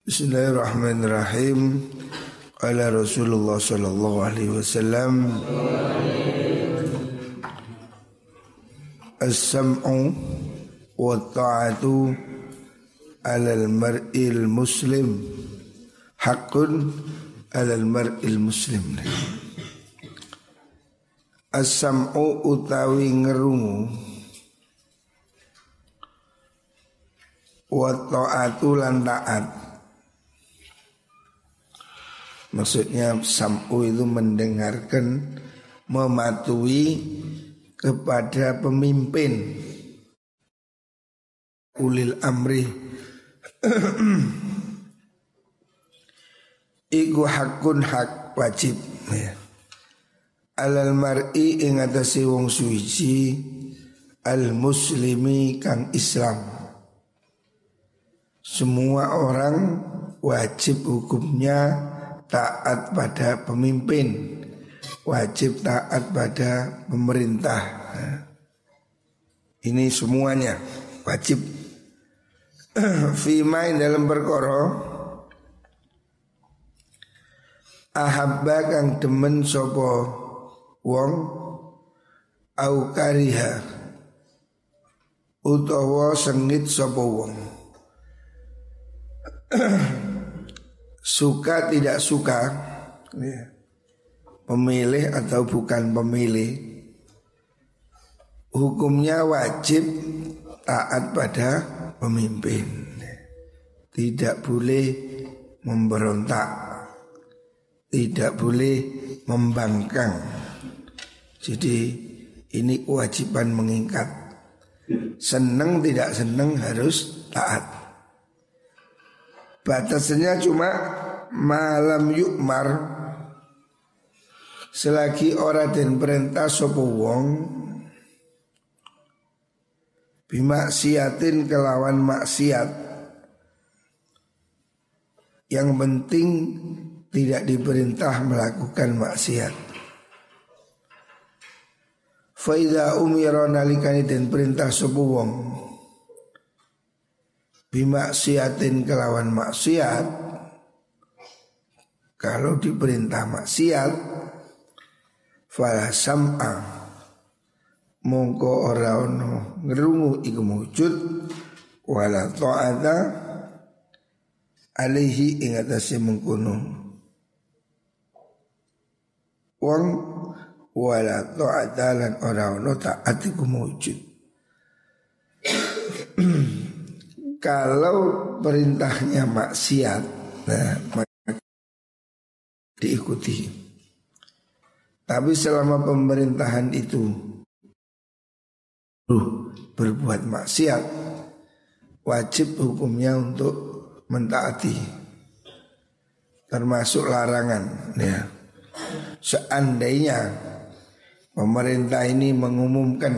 Bismillahirrahmanirrahim. Qala Rasulullah sallallahu alaihi wasallam, as-sam'u wa ta'atu 'alal mar'il muslim haqqun 'alal mar'il muslim. As-sam'u utawi ngerungu, wa ta'atu lan taat. Maksudnya sam'u itu mendengarkan, mematuhi kepada pemimpin ulil amri. Iku hakun hak wajib ya. Alal mar'i ing atase wong suci al muslimi kang Islam. Semua orang wajib hukumnya taat pada pemimpin, wajib taat pada pemerintah. Ini semuanya wajib. Fima dalam perkara ahabba kang demen sapa wong au kariha utawa sengit sapa wong. Suka tidak suka ya, pemilih atau bukan pemilih, hukumnya wajib taat pada pemimpin. Tidak boleh memberontak, tidak boleh membangkang. Jadi ini kewajiban mengikat. Senang tidak senang harus taat. Batasnya cuma malam yukmar, selagi ora den perintah sapa wong bimaksiatin kelawan maksiat. Yang penting tidak diperintah melakukan maksiat. Fa idza umira nalikane den perintah sapa wong bimaksiatin kelawan maksiat, kalau diperintah maksiat, fala sam'a mongko ora ono ngrungu iku wujud, wala ta'ata alaihi ing atase mengkono wong, wala ta'ata lan ora ono taat iku wujud. Kalau perintahnya maksiat, nah maka diikuti. Tapi selama pemerintahan itu berbuat maksiat, wajib hukumnya untuk mentaati. Termasuk larangan ya. Seandainya pemerintah ini mengumumkan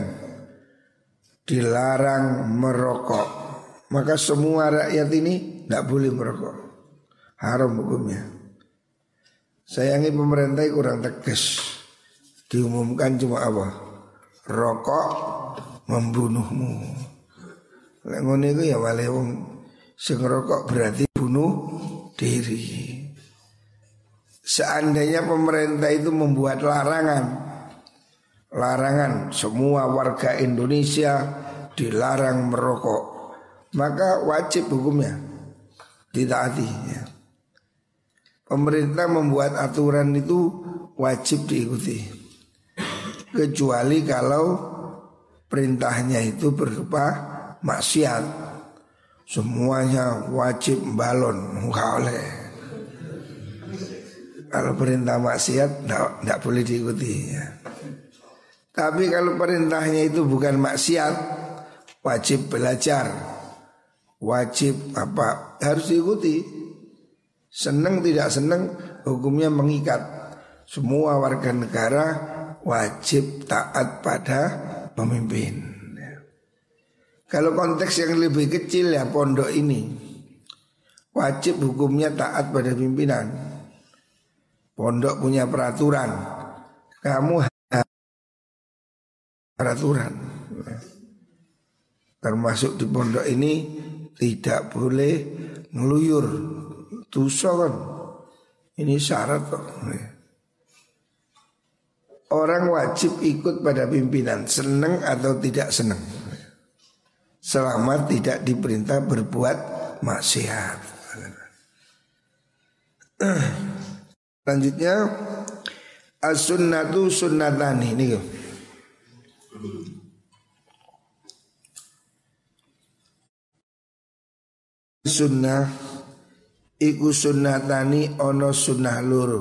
dilarang merokok, maka semua rakyat ini tidak boleh merokok, haram hukumnya. Sayangi pemerintah kurang tegas. Diumumkan cuma apa? Rokok membunuhmu. Lek ngono iku ya wale wong sing ngerokok berarti bunuh diri. Seandainya pemerintah itu membuat larangan semua warga Indonesia dilarang merokok, maka wajib hukumnya ditaati ya. Pemerintah membuat aturan itu wajib diikuti, kecuali kalau perintahnya itu berupa maksiat. Semuanya wajib balon, enggak oleh. Kalau perintah maksiat enggak boleh diikuti ya. Tapi kalau perintahnya itu bukan maksiat, wajib belajar, wajib apa harus diikuti. Senang tidak senang hukumnya mengikat. Semua warga negara wajib taat pada pemimpin. Kalau konteks yang lebih kecil ya pondok ini, wajib hukumnya taat pada pimpinan. Pondok punya peraturan, kamu peraturan. Termasuk di pondok ini tidak boleh ngeluyur dosa kan. Ini syarat kok. Orang wajib ikut pada pimpinan, senang atau tidak senang, selama tidak diperintah berbuat maksiat. Selanjutnya as-sunnatu sunnatani ini. Sunnah iku sunnatani ono sunnah loro.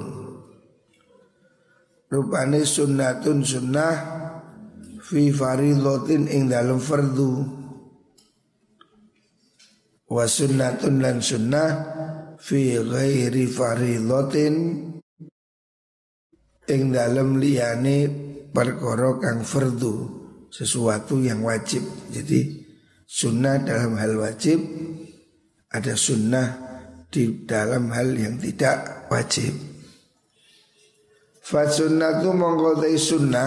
Rupane sunnatun sunnah fi fardhatin ing dalem fardu. Wa sunnatun lan sunnah fi ghairi fardhatin ing dalem liyane perkara kang fardu, sesuatu yang wajib. Jadi sunnah dalam hal wajib, ada sunnah di dalam hal yang tidak wajib. Fa sunnatu mongko te sunnah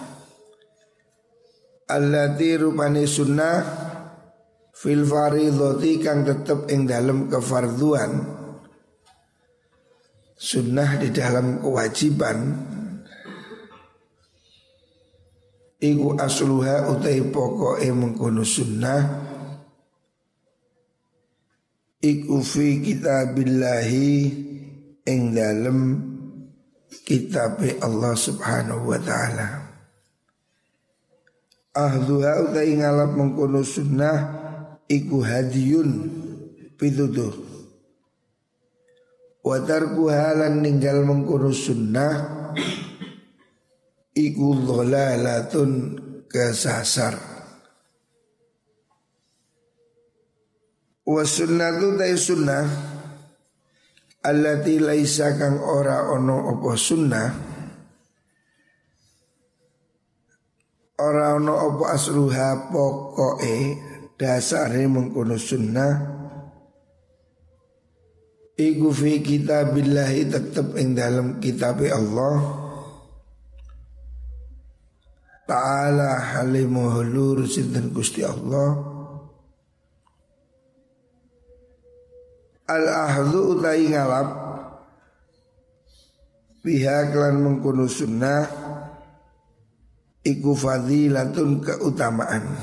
allati rupane sunnah fil fardhati kang tetep ing dalam kefarduan. Sunnah di dalam kewajiban iku asluha utai pokoke mengkono sunnah iku fi kitabillahi ing dalem kitabe Allah subhanahu wa ta'ala. Ahduha utai ngalap mengkono sunnah iku hadiyun pituduh. Wa tarkuha lan ninggal mengkono sunnah iku dhalalatun kesasar. Wa sunnatu tai sunnah allati laisa kang ora ono apa sunnah, ora ono apa asluha pokoke dasare mengkono sunnah iku fi kitabillahi tetep ing dalam kitabe Allah ta'ala halimuhu lur sinten Gusti Allah. Al-ahdu utai ngalap pihak lan mengkono sunnah iku fadilatun keutamaan.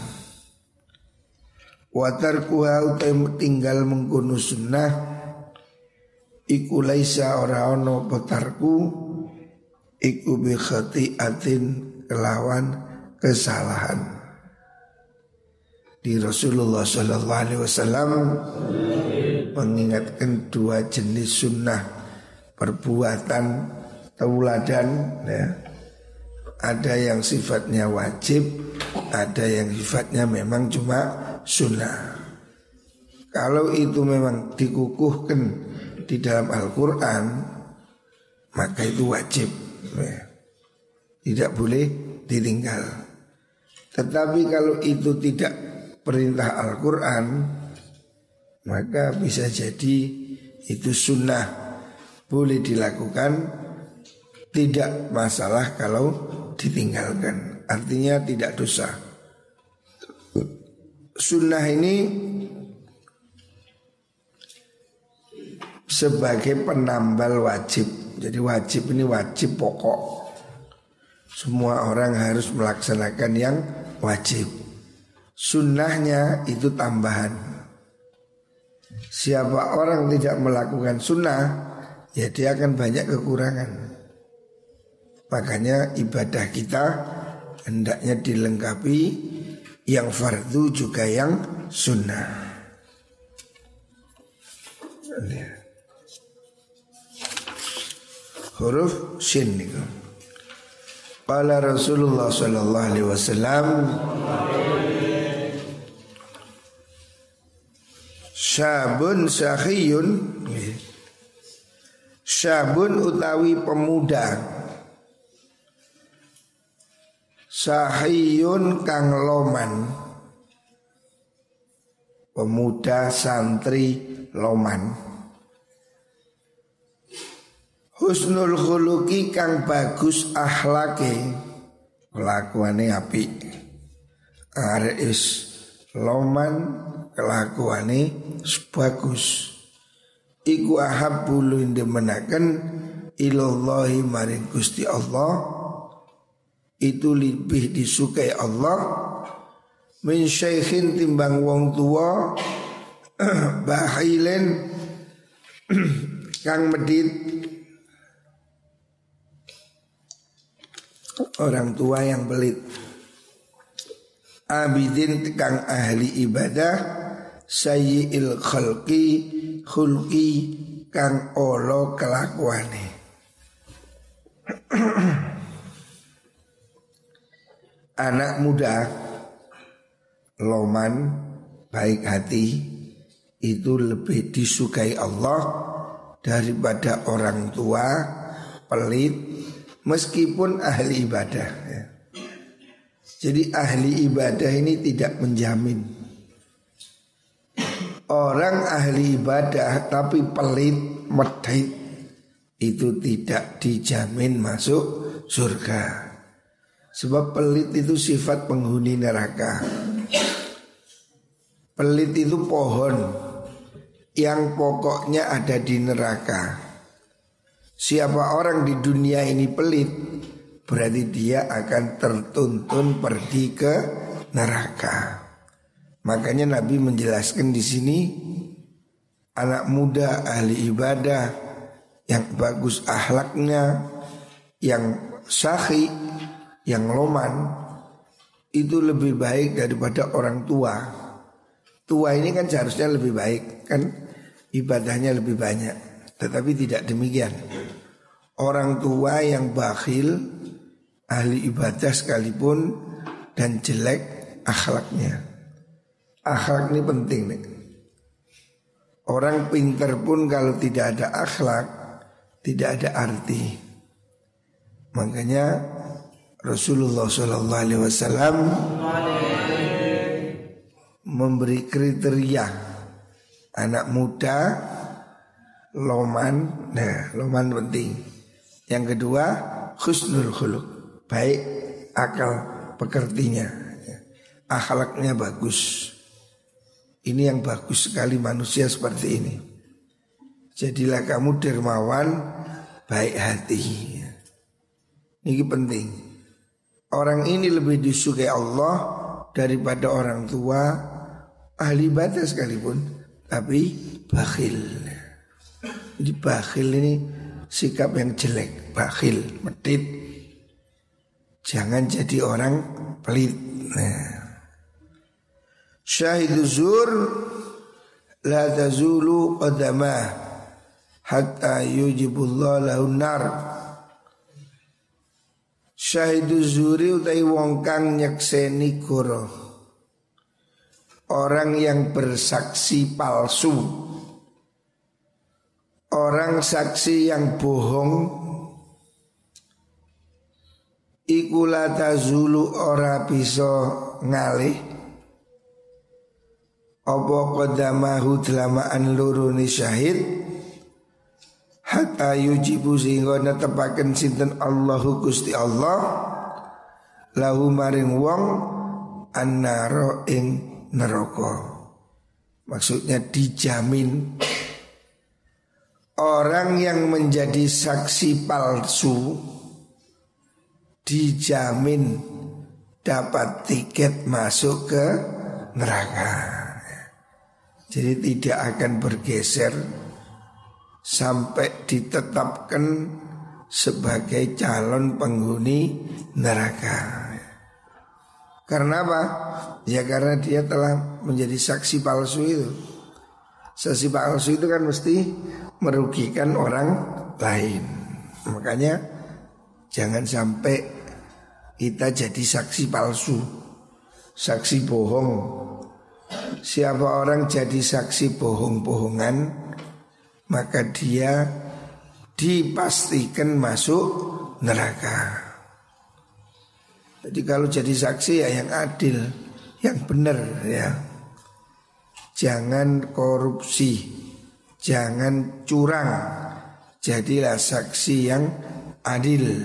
Wa tarkuha utai tinggal mengkono sunnah iku laisa ora ono potarku iku bi khati'atin kelawan kesalahan. Di Rasulullah sallallahu alaihi wasallam mengingatkan dua jenis sunnah perbuatan tauladan ya. Ada yang sifatnya wajib, ada yang sifatnya memang cuma sunnah. Kalau itu memang dikukuhkan di dalam Al-Quran, maka itu wajib ya. Tidak boleh ditinggal. Tetapi kalau itu tidak perintah Al-Quran, maka bisa jadi itu sunnah, boleh dilakukan, tidak masalah kalau ditinggalkan. Artinya tidak dosa. Sunnah ini sebagai penambal wajib. Jadi wajib ini wajib pokok. Semua orang harus melaksanakan yang wajib. Sunnahnya itu tambahan. Siapa orang tidak melakukan sunnah, ya dia akan banyak kekurangan. Makanya ibadah kita hendaknya dilengkapi yang fardu juga yang sunnah. Huruf shin itu. Qala Rasulullah sallallahu alaihi wasallam syabun sakhiyun. Syabun utawi pemuda, sahiyun kang loman, pemuda santri loman. Husnul khuluqi kang bagus akhlake, kelakuane apik. Arek is loman, kelakuane bagus. iku ahabbu luwih demenaken ilallahi maring Gusti Allah, itu lebih disukai Allah min syaikhin timbang wong tua bahilen kang medit, orang tua yang pelit, abidin kang ahli ibadah, sayyi'il khalqi khulqi kang olo kelakuane. Anak muda loman baik hati itu lebih disukai Allah daripada orang tua pelit meskipun ahli ibadah ya. Jadi ahli ibadah ini tidak menjamin. Orang ahli ibadah tapi pelit medhit itu tidak dijamin masuk surga. Sebab pelit itu sifat penghuni neraka. Pelit itu pohon yang pokoknya ada di neraka. Siapa orang di dunia ini pelit, berarti dia akan tertuntun pergi ke neraka. Makanya Nabi menjelaskan di sini, anak muda ahli ibadah yang bagus akhlaknya, yang syakhi, yang loman, itu lebih baik daripada orang tua. Tua ini kan seharusnya lebih baik, kan ibadahnya lebih banyak. Tetapi tidak demikian. Orang tua yang bakhil, ahli ibadah sekalipun, dan jelek akhlaknya. Akhlak ini penting nih. Orang pintar pun kalau tidak ada akhlak, tidak ada arti. Makanya Rasulullah SAW memberi kriteria anak muda loman. Nah, loman penting. Yang kedua husnul khuluq, baik akal pekertinya, akhlaknya bagus. Ini yang bagus sekali manusia seperti ini. Jadilah kamu dermawan, baik hati. Ini penting. Orang ini lebih disukai Allah daripada orang tua ahli ibadah sekalipun, tapi bakhil. Jadi bakhil ini sikap yang jelek, bakhil, medit. Jangan jadi orang pelit. Nah. Syahidu zur la tazulu qadamah hatta yujibullah lahun nar. Syahidu zuri utai wong kang nyekseni goro, orang yang bersaksi palsu, orang saksi yang bohong, iku la tazulu ora bisa ngalih apa qadamahu delamaan luruni syahid hatta yujibu sehingga netepaken sinten Allahu Gusti Allah lahu maring wong annaro ing neraka. Maksudnya dijamin. Orang yang menjadi saksi palsu dijamin dapat tiket masuk ke neraka. Jadi tidak akan bergeser sampai ditetapkan sebagai calon penghuni neraka. Karena apa? Ya karena dia telah menjadi saksi palsu itu. Saksi palsu itu kan mesti merugikan orang lain. Makanya jangan sampai kita jadi saksi palsu, saksi bohong. Siapa orang jadi saksi bohong-bohongan, maka dia dipastikan masuk neraka. Jadi kalau jadi saksi ya yang adil, yang benar ya. Jangan korupsi, jangan curang. Jadilah saksi yang adil.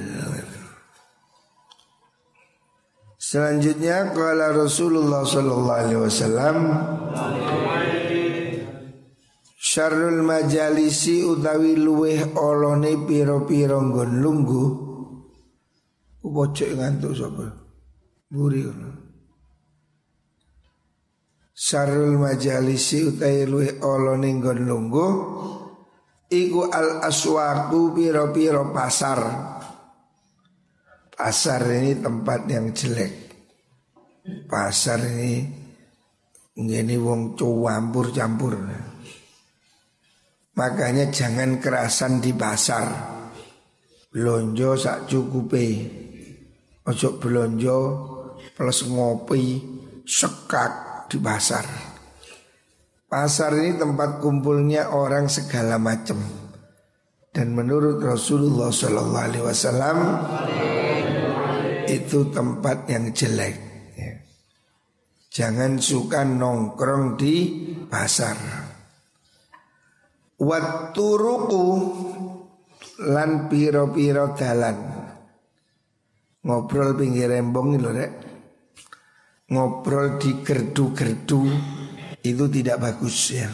Selanjutnya qala Rasulullah sallallahu alaihi wasallam Syarrul majalisi utawi luweh olone piro-piro nggon lungguh. Pojok ngantuk sapa? Buri ngono. Syarrul majalisi utawi luweh olone nggon lungguh iku al aswaqu piro-piro pasar. Pasar ini tempat yang jelek. Pasar ini wong campur. Makanya jangan kerasan di pasar. Belonjo sak cukupe. Ojo belonjo plus ngopi sekak di pasar. Pasar ini tempat kumpulnya orang segala macam. Dan menurut Rasulullah SAW itu tempat yang jelek. Jangan suka nongkrong di pasar. Watturuku lan piro-piro dalan. Ngobrol pinggir rembong lho rek. Ngobrol di gerdu-gerdu itu tidak bagus ya.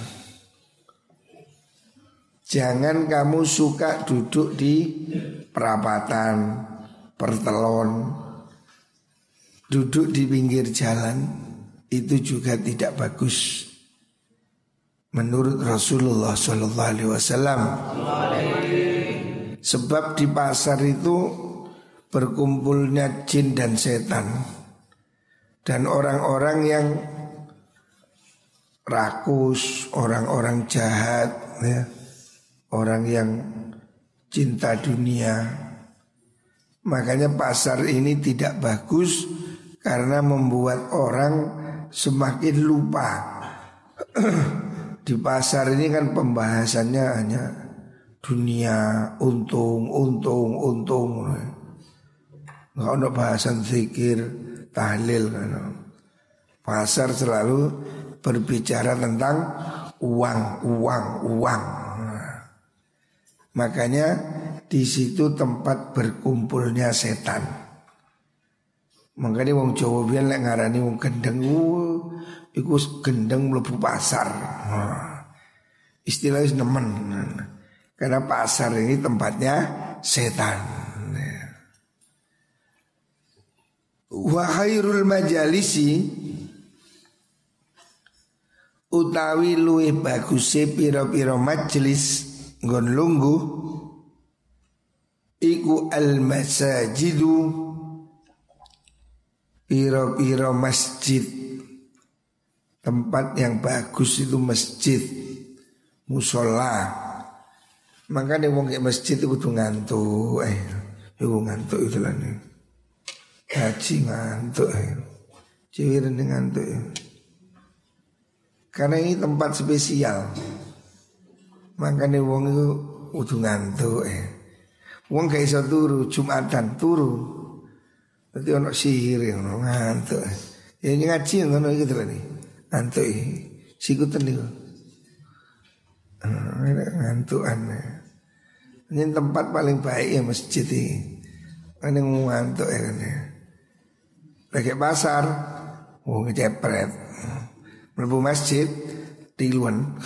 Jangan kamu suka duduk di perapatan, pertelon, duduk di pinggir jalan, itu juga tidak bagus. Menurut Rasulullah SAW. Sebab di pasar itu berkumpulnya jin dan setan. Dan orang-orang yang rakus, orang-orang jahat ya. Orang yang cinta dunia. Makanya pasar ini tidak bagus karena membuat orang semakin lupa. Di pasar ini kan pembahasannya hanya dunia, untung. Nggak ada bahasan zikir, tahlil kan. Pasar selalu berbicara tentang uang. Makanya di situ tempat berkumpulnya setan. Makanya wong Jawa biyen lek ngarani wong gendeng, iku gendeng mlebu pasar. Istilahnya nemen. Karena pasar ini tempatnya setan. Wa khairul majalisi utawi luwih baguse pira-pira majelis nggon lungguh iku al masajidu pira-pira masjid. Tempat yang bagus itu masjid, musola. Makanya wong ke masjid itu kudu ngantuk. Iku ngantuk itu lah nih. Haji ngantuk. Cewek ngantuk. Karena ini tempat spesial. Makanya wong itu kudu ngantuk. Wong gak iso turu, Jumatan turu. Nanti ono sihir ono ngantuk. Ya ngaji ngono iki to nih. Ngantuk sikuten niku. Ngantukan. Ini tempat paling baik ya masjid ini. Ini ngantuk ya kan ya. Lagi pasar, ngecepret. Mlebu masjid tiluan.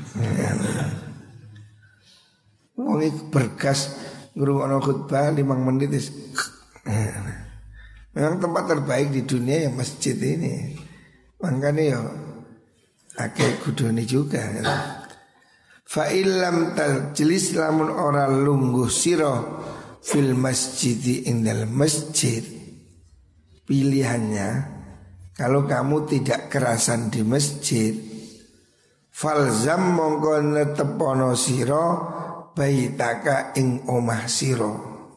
Wong iki bergas ngrungokno khutbah 5 menit is. Memang tempat terbaik di dunia ya masjid ini. Makanya ya akeh kudune juga ya. Fa illam tajlis lamun ora lungguh sira fil masjidi ing dalam masjid. Pilihannya kalau kamu tidak kerasan di masjid, falzam mongko netepono sira baitaka ing omah sira.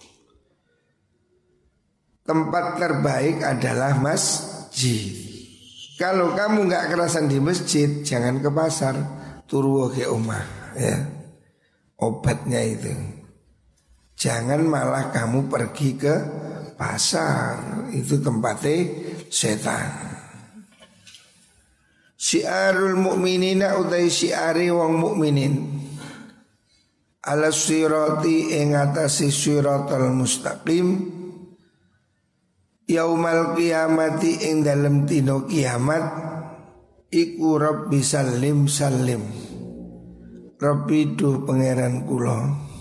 Tempat terbaik adalah masjid. Kalau kamu nggak kerasan di masjid, jangan ke pasar, turu ke omah, ya. Obatnya itu. Jangan malah kamu pergi ke pasar, itu tempatnya setan. Syiarul mukminina utai syiari wong mukminin. Ala sirati ing atase siratal mustaqim. Yaumal kiamati ing dalem dina kiamat iku rabbi salim salim. Rabbi duh pangeran kula,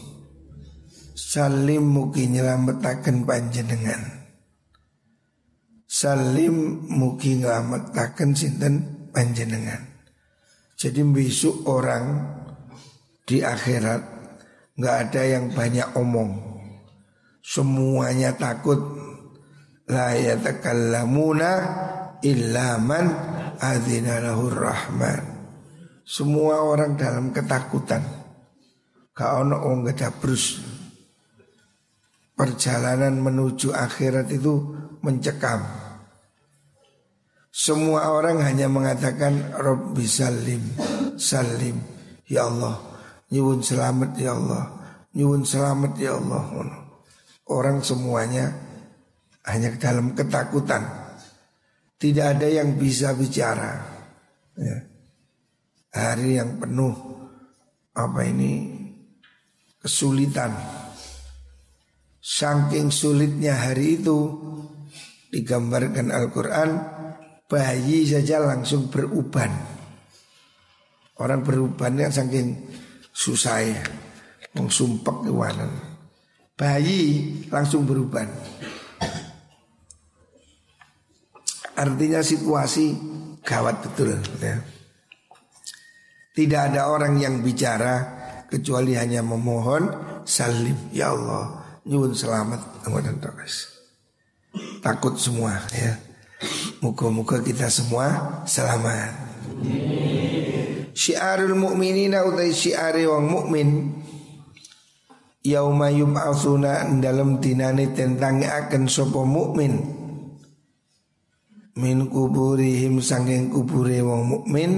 salim mugi nyelametaken panjenengan. Salim mugi nyelametaken sinten panjenengan. Jadi besok orang di akhirat nggak ada yang banyak omong, semuanya takut. La yatakallamuna illa man adzina lahur rahman. Semua orang dalam ketakutan. Gak ono wong gedabrus. Perjalanan menuju akhirat itu mencekam. Semua orang hanya mengatakan Rabbi salim, salim. Ya Allah, nyuwun selamat ya Allah, nyuwun selamat ya Allah. Orang semuanya hanya dalam ketakutan. Tidak ada yang bisa bicara. Ya. Hari yang penuh kesulitan. Saking sulitnya hari itu, digambarkan Al-Quran, bayi saja langsung beruban. Orang berubannya saking susah ya, sumpek kewanan. Bayi langsung beruban. Artinya situasi gawat betul ya. Tidak ada orang yang bicara kecuali hanya memohon salim, ya Allah, nyuwun selamat. Takut semua ya. Moga-moga kita semua selamat. Syiarul mukminina utai syiari wong mukmin. Yauma yub'atsuna dalam dinane tentangi akan sapa mukmin. Min kuburihim sanging kubure wong mukmin.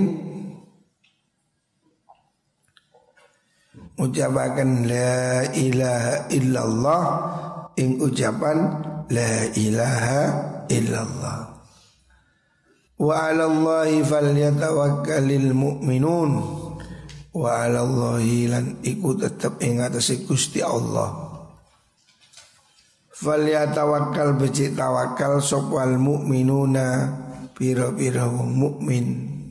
Ucapakan la ilaha illallah, ing ucapan la ilaha illallah. Wa 'alallahi falyatawakkalul mu'minun. Wa 'alallahi lan iku tetep ing atase Gusti Allah. Falyatawakkal becik tawakal sopal mu'minuna, pira-pira wong mukmin.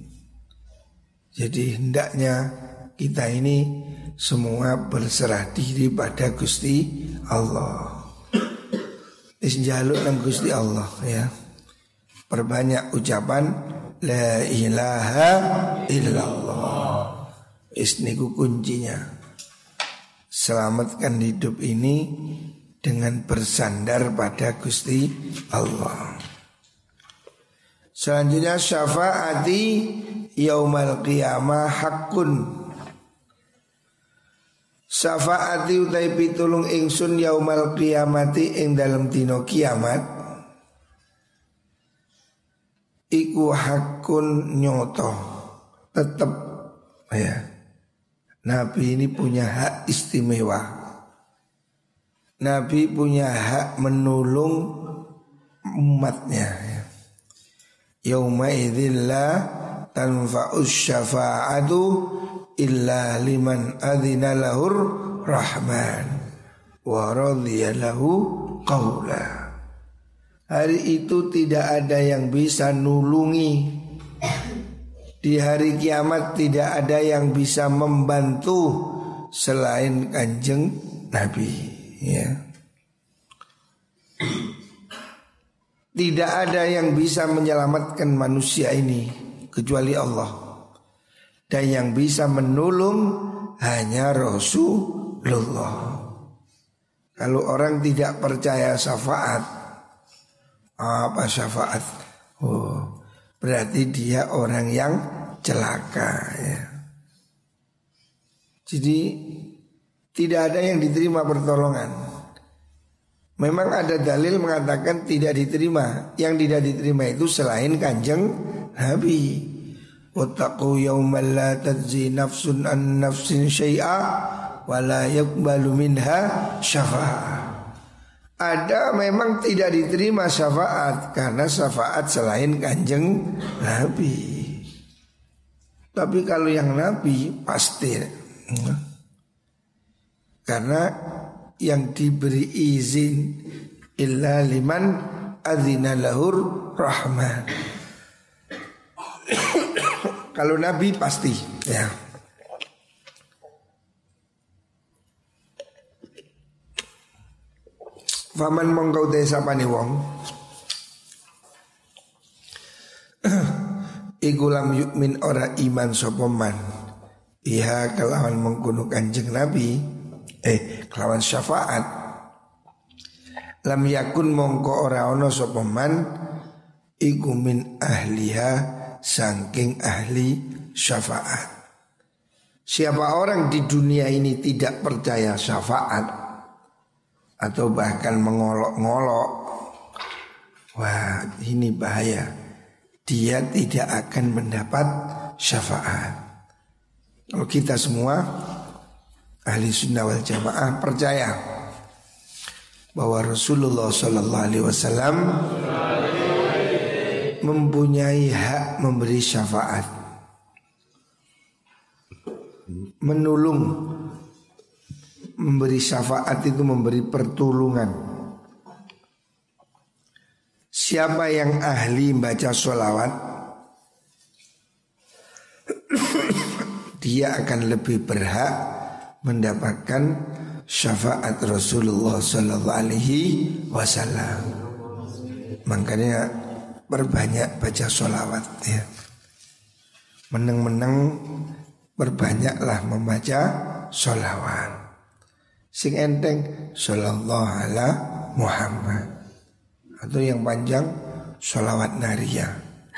Jadi hendaknya kita ini semua berserah diri pada Gusti Allah. Isjaluk nang Gusti Allah ya. Perbanyak ucapan la ilaha illallah. Isniku kuncinya. Selamatkan hidup ini dengan bersandar pada Gusti Allah. Selanjutnya syafaati yaumal qiyamah hakun. Syafaati utai pitulung ingsun yaumal qiyamati ing dalam dino kiamat. Iku hakun nyoto, tetep ya. Nabi ini punya hak istimewa. Nabi punya hak menolong umatnya ya. Yauma idzil la tanfa'us syafa'atu illa liman adzina lahur rahman wa radiya lahu qawla. Hari itu tidak ada yang bisa nulungi. Di hari kiamat tidak ada yang bisa membantu selain Kanjeng Nabi ya. Tidak ada yang bisa menyelamatkan manusia ini kecuali Allah. Dan yang bisa menolong hanya Rasulullah. Kalau orang tidak percaya syafaat, apa syafaat? Oh, berarti dia orang yang celaka ya. Jadi tidak ada yang diterima pertolongan. Memang ada dalil mengatakan tidak diterima. Yang tidak diterima itu selain Kanjeng Nabi. Wattaqu yawman la tajzi nafsun an nafsin syai'a wa la yuqbalu minha syafa'ah. Ada memang tidak diterima syafaat karena syafaat selain Kanjeng Nabi. Tapi kalau yang Nabi pasti. Karena yang diberi izin illa liman adzina lahur rahman. Kalau Nabi pasti ya. Faman mongkau te sapane wong iku lam yukmin ora iman sapa man iha kelawan mengkono Kanjeng Nabi kelawan syafaat lam yakun mongko ora ono sapa man iku min ahliha saking ahli syafaat. Siapa orang di dunia ini tidak percaya syafaat atau bahkan mengolok-ngolok, wah ini bahaya. Dia tidak akan mendapat syafaat. Kalau kita semua ahli sunnah wal jamaah percaya bahwa Rasulullah Sallallahu Alaihi Wasallam mempunyai hak memberi syafaat, menolong, memberi syafaat itu memberi pertolongan. Siapa yang ahli baca sholawat, dia akan lebih berhak mendapatkan syafaat Rasulullah Sallallahu Alaihi Wasallam. Makanya berbanyak baca sholawat ya. Meneng-meneng berbanyaklah membaca sholawat. Sing enteng Sallallahu ala Muhammad, atau yang panjang sholawat nariyah.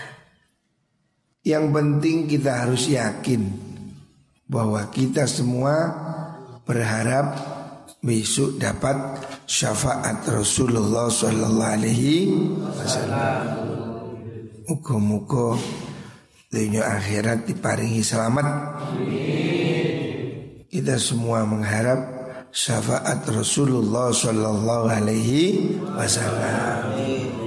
Yang penting kita harus yakin bahwa kita semua berharap besok dapat syafaat Rasulullah Sallallahu Alaihi Wasallam. Muga-muga dunia akhirat diparingi selamat. Kita semua mengharap syafaat Rasulullah Sallallahu Alaihi Wasallam.